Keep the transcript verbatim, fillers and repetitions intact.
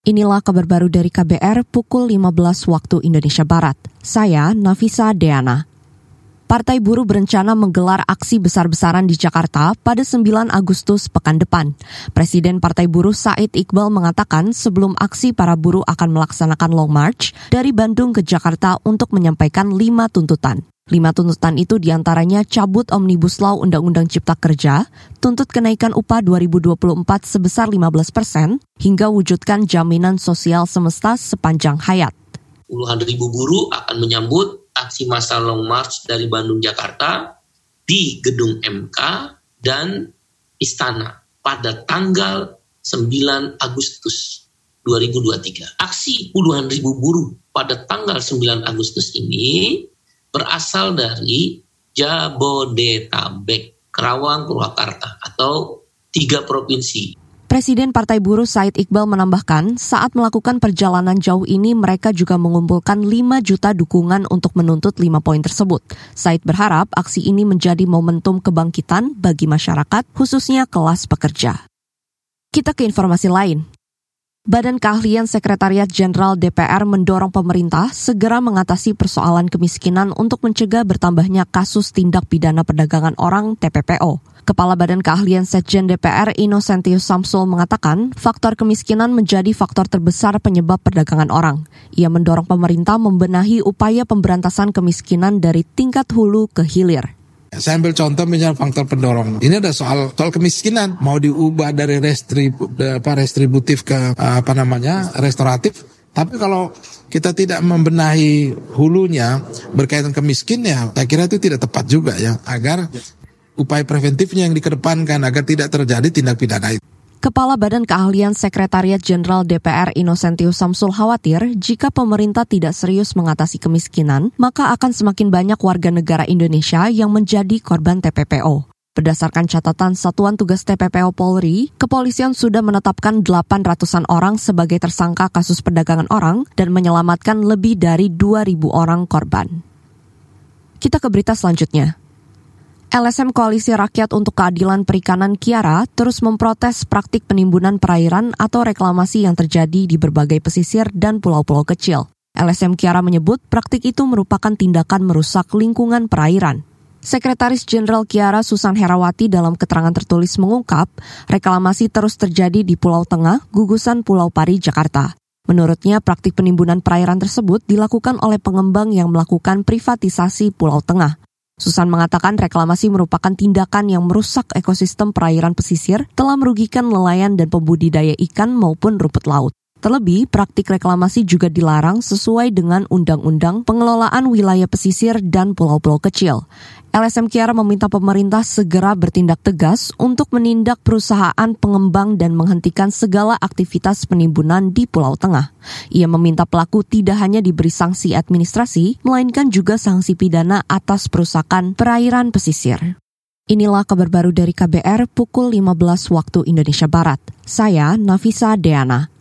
Inilah kabar baru dari K B R pukul lima belas waktu Indonesia Barat. Saya Nafisa Deana. Partai Buruh berencana menggelar aksi besar-besaran di Jakarta pada sembilan Agustus pekan depan. Presiden Partai Buruh Said Iqbal mengatakan sebelum aksi para buruh akan melaksanakan long march dari Bandung ke Jakarta untuk menyampaikan lima tuntutan. Lima tuntutan itu diantaranya cabut Omnibus Law Undang-Undang Cipta Kerja, tuntut kenaikan upah dua ribu dua puluh empat sebesar lima belas persen, hingga wujudkan jaminan sosial semesta sepanjang hayat. Puluhan ribu buruh akan menyambut aksi massa long march dari Bandung Jakarta di Gedung M K dan Istana pada tanggal sembilan Agustus dua ribu dua puluh tiga. Aksi puluhan ribu buruh pada tanggal sembilan Agustus ini berasal dari Jabodetabek, Kerawang, Purwakarta atau tiga provinsi. Presiden Partai Buruh Said Iqbal menambahkan, saat melakukan perjalanan jauh ini mereka juga mengumpulkan lima juta dukungan untuk menuntut lima poin tersebut. Said berharap aksi ini menjadi momentum kebangkitan bagi masyarakat, khususnya kelas pekerja. Kita ke informasi lain. Badan Keahlian Sekretariat Jenderal D P R mendorong pemerintah segera mengatasi persoalan kemiskinan untuk mencegah bertambahnya kasus tindak pidana perdagangan orang T P P O. Kepala Badan Keahlian Sekjen D P R Innocentius Samsul mengatakan faktor kemiskinan menjadi faktor terbesar penyebab perdagangan orang. Ia mendorong pemerintah membenahi upaya pemberantasan kemiskinan dari tingkat hulu ke hilir. Saya ambil contoh misalnya faktor pendorong. Ini ada soal soal kemiskinan mau diubah dari restrib, apa, restributif ke apa namanya restoratif. Tapi kalau kita tidak membenahi hulunya berkaitan kemiskinan, saya kira itu tidak tepat juga ya. Agar upaya preventifnya yang dikedepankan agar tidak terjadi tindak pidana itu. Kepala Badan Keahlian Sekretariat Jenderal D P R Innocentius Samsul khawatir jika pemerintah tidak serius mengatasi kemiskinan, maka akan semakin banyak warga negara Indonesia yang menjadi korban T P P O. Berdasarkan catatan Satuan Tugas T P P O Polri, kepolisian sudah menetapkan delapan ratusan orang sebagai tersangka kasus perdagangan orang dan menyelamatkan lebih dari dua ribu orang korban. Kita ke berita selanjutnya. L S M Koalisi Rakyat untuk Keadilan Perikanan Kiara terus memprotes praktik penimbunan perairan atau reklamasi yang terjadi di berbagai pesisir dan pulau-pulau kecil. L S M Kiara menyebut praktik itu merupakan tindakan merusak lingkungan perairan. Sekretaris Jenderal Kiara Susan Herawati dalam keterangan tertulis mengungkap, reklamasi terus terjadi di Pulau Tengah, gugusan Pulau Pari, Jakarta. Menurutnya, praktik penimbunan perairan tersebut dilakukan oleh pengembang yang melakukan privatisasi Pulau Tengah. Susan mengatakan reklamasi merupakan tindakan yang merusak ekosistem perairan pesisir, telah merugikan nelayan dan pembudidaya ikan maupun rumput laut. Terlebih, praktik reklamasi juga dilarang sesuai dengan Undang-Undang Pengelolaan Wilayah Pesisir dan Pulau-Pulau Kecil. L S M Kiara meminta pemerintah segera bertindak tegas untuk menindak perusahaan pengembang dan menghentikan segala aktivitas penimbunan di Pulau Tengah. Ia meminta pelaku tidak hanya diberi sanksi administrasi, melainkan juga sanksi pidana atas perusakan perairan pesisir. Inilah kabar baru dari K B R pukul lima belas waktu Indonesia Barat. Saya Nafisa Deana.